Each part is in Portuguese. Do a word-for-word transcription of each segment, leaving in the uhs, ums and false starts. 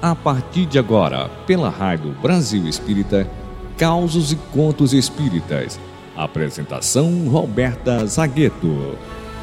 A partir de agora, pela Rádio Brasil Espírita, Causos e Contos Espíritas. Apresentação Roberta Zagueto.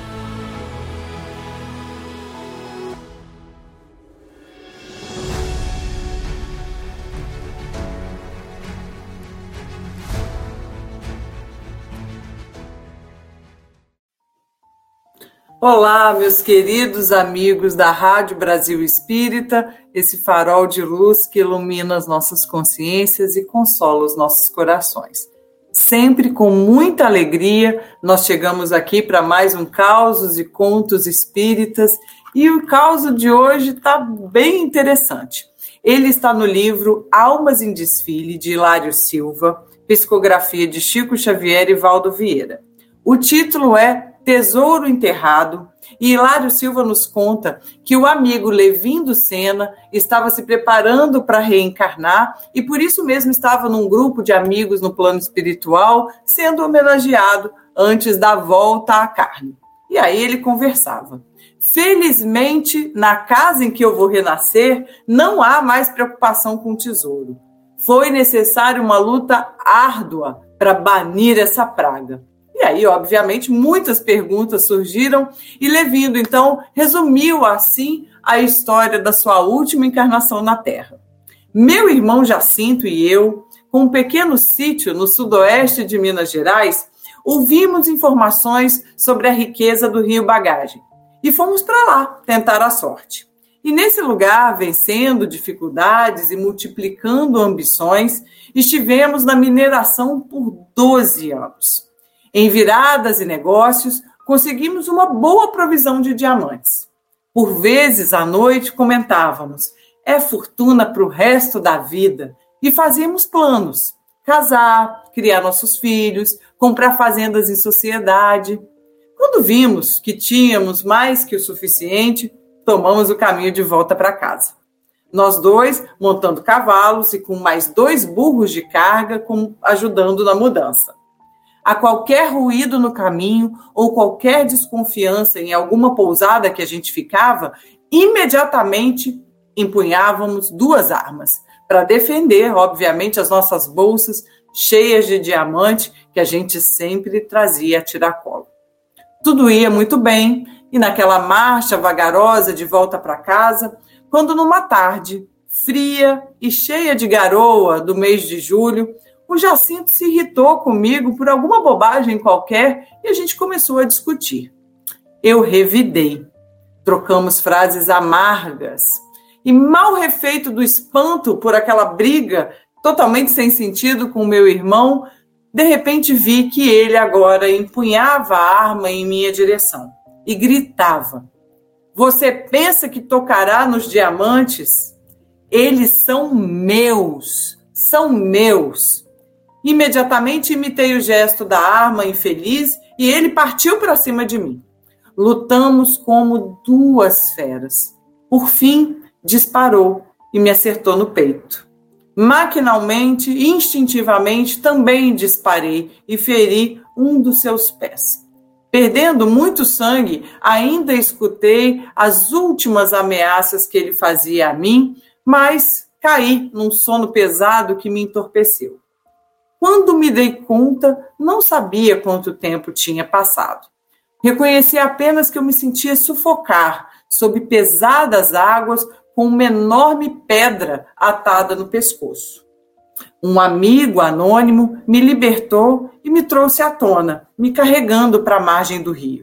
Olá, meus queridos amigos da Rádio Brasil Espírita, esse farol de luz que ilumina as nossas consciências e consola os nossos corações. Sempre com muita alegria, nós chegamos aqui para mais um Causos e Contos Espíritas, e o causo de hoje está bem interessante. Ele está no livro Almas em Desfile, de Hilário Silva, psicografia de Chico Xavier e Valdo Vieira. O título é Tesouro Enterrado, e Hilário Silva nos conta que o amigo Levindo Sena estava se preparando para reencarnar e por isso mesmo estava num grupo de amigos no plano espiritual, sendo homenageado antes da volta à carne. E aí ele conversava. Felizmente, na casa em que eu vou renascer, não há mais preocupação com o tesouro. Foi necessária uma luta árdua para banir essa praga. E aí, obviamente, muitas perguntas surgiram e Levindo, então, resumiu assim a história da sua última encarnação na Terra. Meu irmão Jacinto e eu, com um pequeno sítio no sudoeste de Minas Gerais, ouvimos informações sobre a riqueza do Rio Bagagem e fomos para lá tentar a sorte. E nesse lugar, vencendo dificuldades e multiplicando ambições, estivemos na mineração por doze anos. Em viradas e negócios, conseguimos uma boa provisão de diamantes. Por vezes, à noite, comentávamos, é fortuna para o resto da vida, e fazíamos planos, casar, criar nossos filhos, comprar fazendas em sociedade. Quando vimos que tínhamos mais que o suficiente, tomamos o caminho de volta para casa. Nós dois montando cavalos e com mais dois burros de carga, com, ajudando na mudança. A qualquer ruído no caminho ou qualquer desconfiança em alguma pousada que a gente ficava, imediatamente empunhávamos duas armas para defender, obviamente, as nossas bolsas cheias de diamante que a gente sempre trazia a tiracolo. Tudo ia muito bem e naquela marcha vagarosa de volta para casa, quando numa tarde fria e cheia de garoa do mês de julho, o Jacinto se irritou comigo por alguma bobagem qualquer e a gente começou a discutir. Eu revidei. Trocamos frases amargas. E mal refeito do espanto por aquela briga totalmente sem sentido com o meu irmão, de repente vi que ele agora empunhava a arma em minha direção e gritava. Você pensa que tocará nos diamantes? Eles são meus, são meus. Imediatamente imitei o gesto da arma infeliz e ele partiu para cima de mim. Lutamos como duas feras. Por fim, disparou e me acertou no peito. Maquinalmente, instintivamente, também disparei e feri um dos seus pés. Perdendo muito sangue, ainda escutei as últimas ameaças que ele fazia a mim, mas caí num sono pesado que me entorpeceu. Quando me dei conta, não sabia quanto tempo tinha passado. Reconheci apenas que eu me sentia sufocar sob pesadas águas com uma enorme pedra atada no pescoço. Um amigo anônimo me libertou e me trouxe à tona, me carregando para a margem do rio.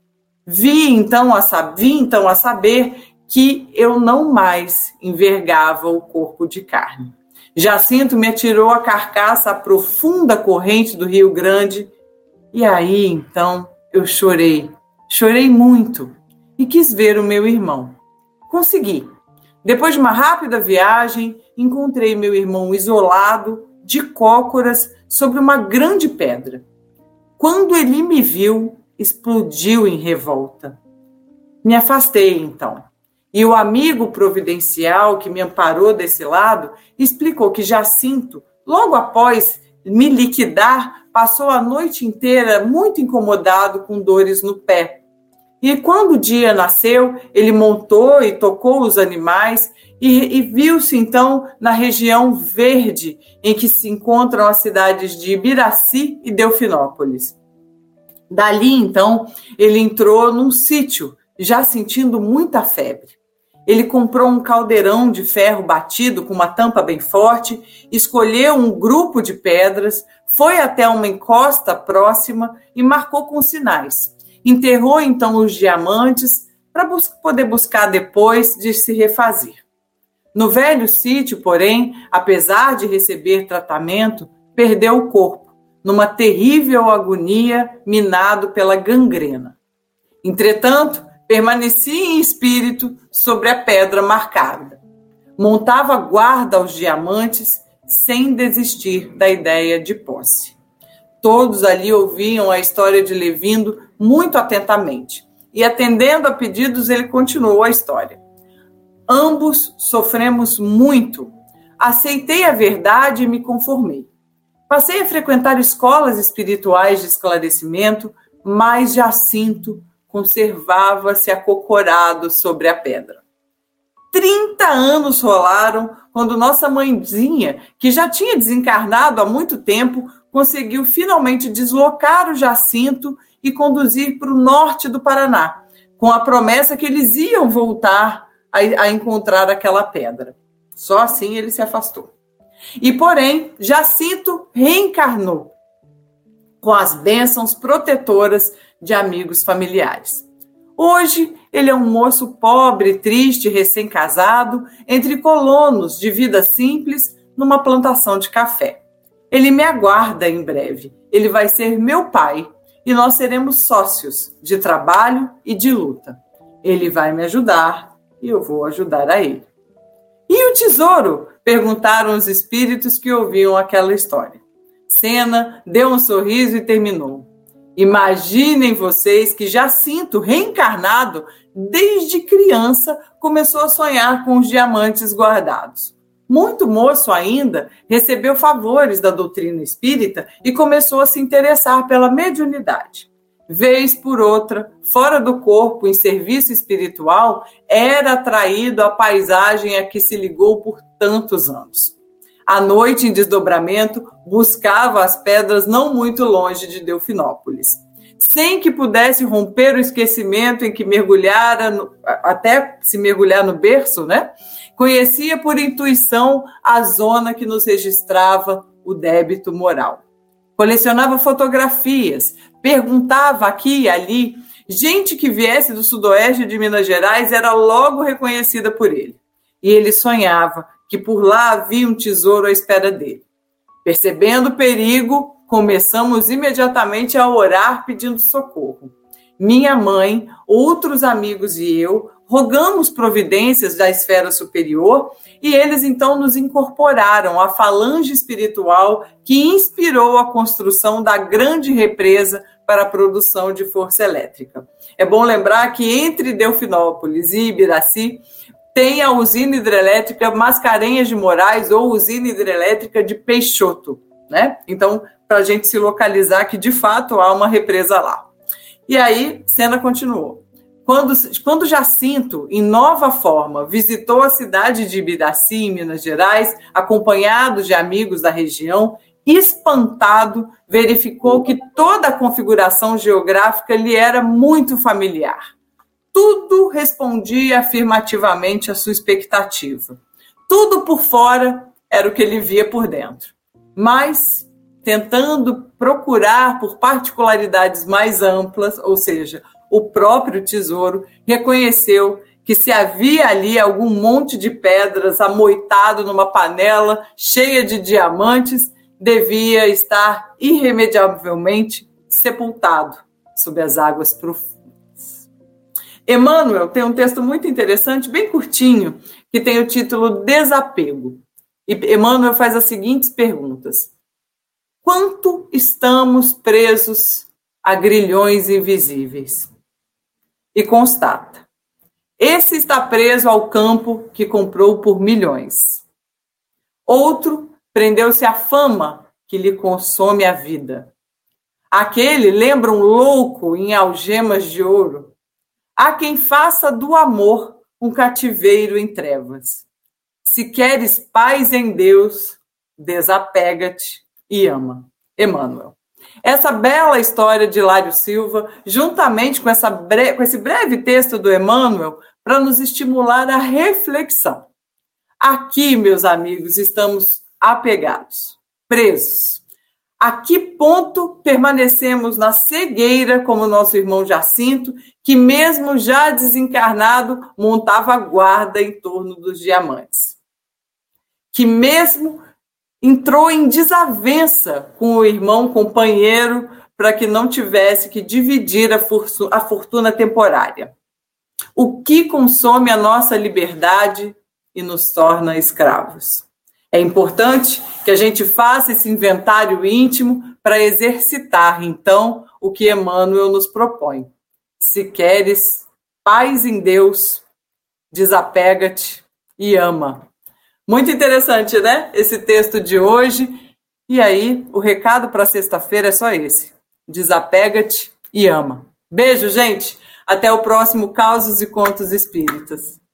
Vi então, a, vi então a saber que eu não mais envergava o corpo de carne. Jacinto me atirou a carcaça à profunda corrente do Rio Grande e aí, então, eu chorei. Chorei muito e quis ver o meu irmão. Consegui. Depois de uma rápida viagem, encontrei meu irmão isolado, de cócoras, sobre uma grande pedra. Quando ele me viu, explodiu em revolta. Me afastei, então. E o amigo providencial que me amparou desse lado explicou que Jacinto, logo após me liquidar, passou a noite inteira muito incomodado com dores no pé. E quando o dia nasceu, ele montou e tocou os animais e, e viu-se, então, na região verde, em que se encontram as cidades de Ibiraci e Delfinópolis. Dali, então, ele entrou num sítio, já sentindo muita febre. Ele comprou um caldeirão de ferro batido com uma tampa bem forte, escolheu um grupo de pedras, foi até uma encosta próxima e marcou com sinais. Enterrou, então, os diamantes para bus- poder buscar depois de se refazer. No velho sítio, porém, apesar de receber tratamento, perdeu o corpo, numa terrível agonia, minado pela gangrena. Entretanto, permanecia em espírito sobre a pedra marcada. Montava guarda aos diamantes, sem desistir da ideia de posse. Todos ali ouviam a história de Levindo muito atentamente, e atendendo a pedidos, ele continuou a história. Ambos sofremos muito. Aceitei a verdade e me conformei. Passei a frequentar escolas espirituais de esclarecimento, mas Jacinto conservava-se acocorado sobre a pedra. Trinta anos rolaram quando nossa mãezinha, que já tinha desencarnado há muito tempo, conseguiu finalmente deslocar o Jacinto e conduzir para o norte do Paraná, com a promessa que eles iam voltar a, a encontrar aquela pedra. Só assim ele se afastou. E, porém, Jacinto reencarnou com as bênçãos protetoras de amigos familiares. Hoje, ele é um moço pobre, triste, recém-casado, entre colonos de vida simples, numa plantação de café. Ele me aguarda em breve. Ele vai ser meu pai e nós seremos sócios de trabalho e de luta. Ele vai me ajudar e eu vou ajudar a ele. E o tesouro? Perguntaram os espíritos que ouviam aquela história. Sena deu um sorriso e terminou. Imaginem vocês que Jacinto, reencarnado, desde criança, começou a sonhar com os diamantes guardados. Muito moço ainda, recebeu favores da doutrina espírita e começou a se interessar pela mediunidade. Vez por outra, fora do corpo, em serviço espiritual, era atraído à paisagem a que se ligou por tantos anos. À noite, em desdobramento, buscava as pedras não muito longe de Delfinópolis. Sem que pudesse romper o esquecimento em que mergulhara, no, até se mergulhar no berço, né? Conhecia por intuição a zona que nos registrava o débito moral. Colecionava fotografias, perguntava aqui e ali. Gente que viesse do sudoeste de Minas Gerais era logo reconhecida por ele. E ele sonhava que por lá havia um tesouro à espera dele. Percebendo o perigo, começamos imediatamente a orar pedindo socorro. Minha mãe, outros amigos e eu rogamos providências da esfera superior e eles então nos incorporaram à falange espiritual que inspirou a construção da grande represa para a produção de força elétrica. É bom lembrar que entre Delfinópolis e Ibiraci tem a usina hidrelétrica Mascarenhas de Moraes ou usina hidrelétrica de Peixoto, né? Então, para a gente se localizar que de fato há uma represa lá. E aí, Sena continuou. Quando, quando Jacinto, em nova forma, visitou a cidade de Ibiraci, em Minas Gerais, acompanhado de amigos da região, espantado, verificou que toda a configuração geográfica lhe era muito familiar. Tudo respondia afirmativamente à sua expectativa. Tudo por fora era o que ele via por dentro. Mas, tentando procurar por particularidades mais amplas, ou seja, o próprio tesouro, reconheceu que se havia ali algum monte de pedras amoitado numa panela cheia de diamantes, devia estar irremediavelmente sepultado sob as águas profundas. Emmanuel tem um texto muito interessante, bem curtinho, que tem o título Desapego. E Emmanuel faz as seguintes perguntas. Quanto estamos presos a grilhões invisíveis? E constata. Esse está preso ao campo que comprou por milhões. Outro prendeu-se à fama que lhe consome a vida. Aquele lembra um louco em algemas de ouro. Há quem faça do amor um cativeiro em trevas. Se queres paz em Deus, desapega-te e ama. Emmanuel. Essa bela história de Hilário Silva, juntamente com, essa bre... com esse breve texto do Emmanuel, para nos estimular a reflexão. Aqui, meus amigos, estamos apegados, presos. A que ponto permanecemos na cegueira, como nosso irmão Jacinto, que mesmo já desencarnado, montava guarda em torno dos diamantes? Que mesmo entrou em desavença com o irmão companheiro para que não tivesse que dividir a, fortuna, a fortuna temporária. O que consome a nossa liberdade e nos torna escravos? É importante que a gente faça esse inventário íntimo para exercitar, então, o que Emmanuel nos propõe. Se queres paz em Deus, desapega-te e ama. Muito interessante, né? Esse texto de hoje. E aí, o recado para sexta-feira é só esse. Desapega-te e ama. Beijo, gente! Até o próximo Causos e Contos Espíritas.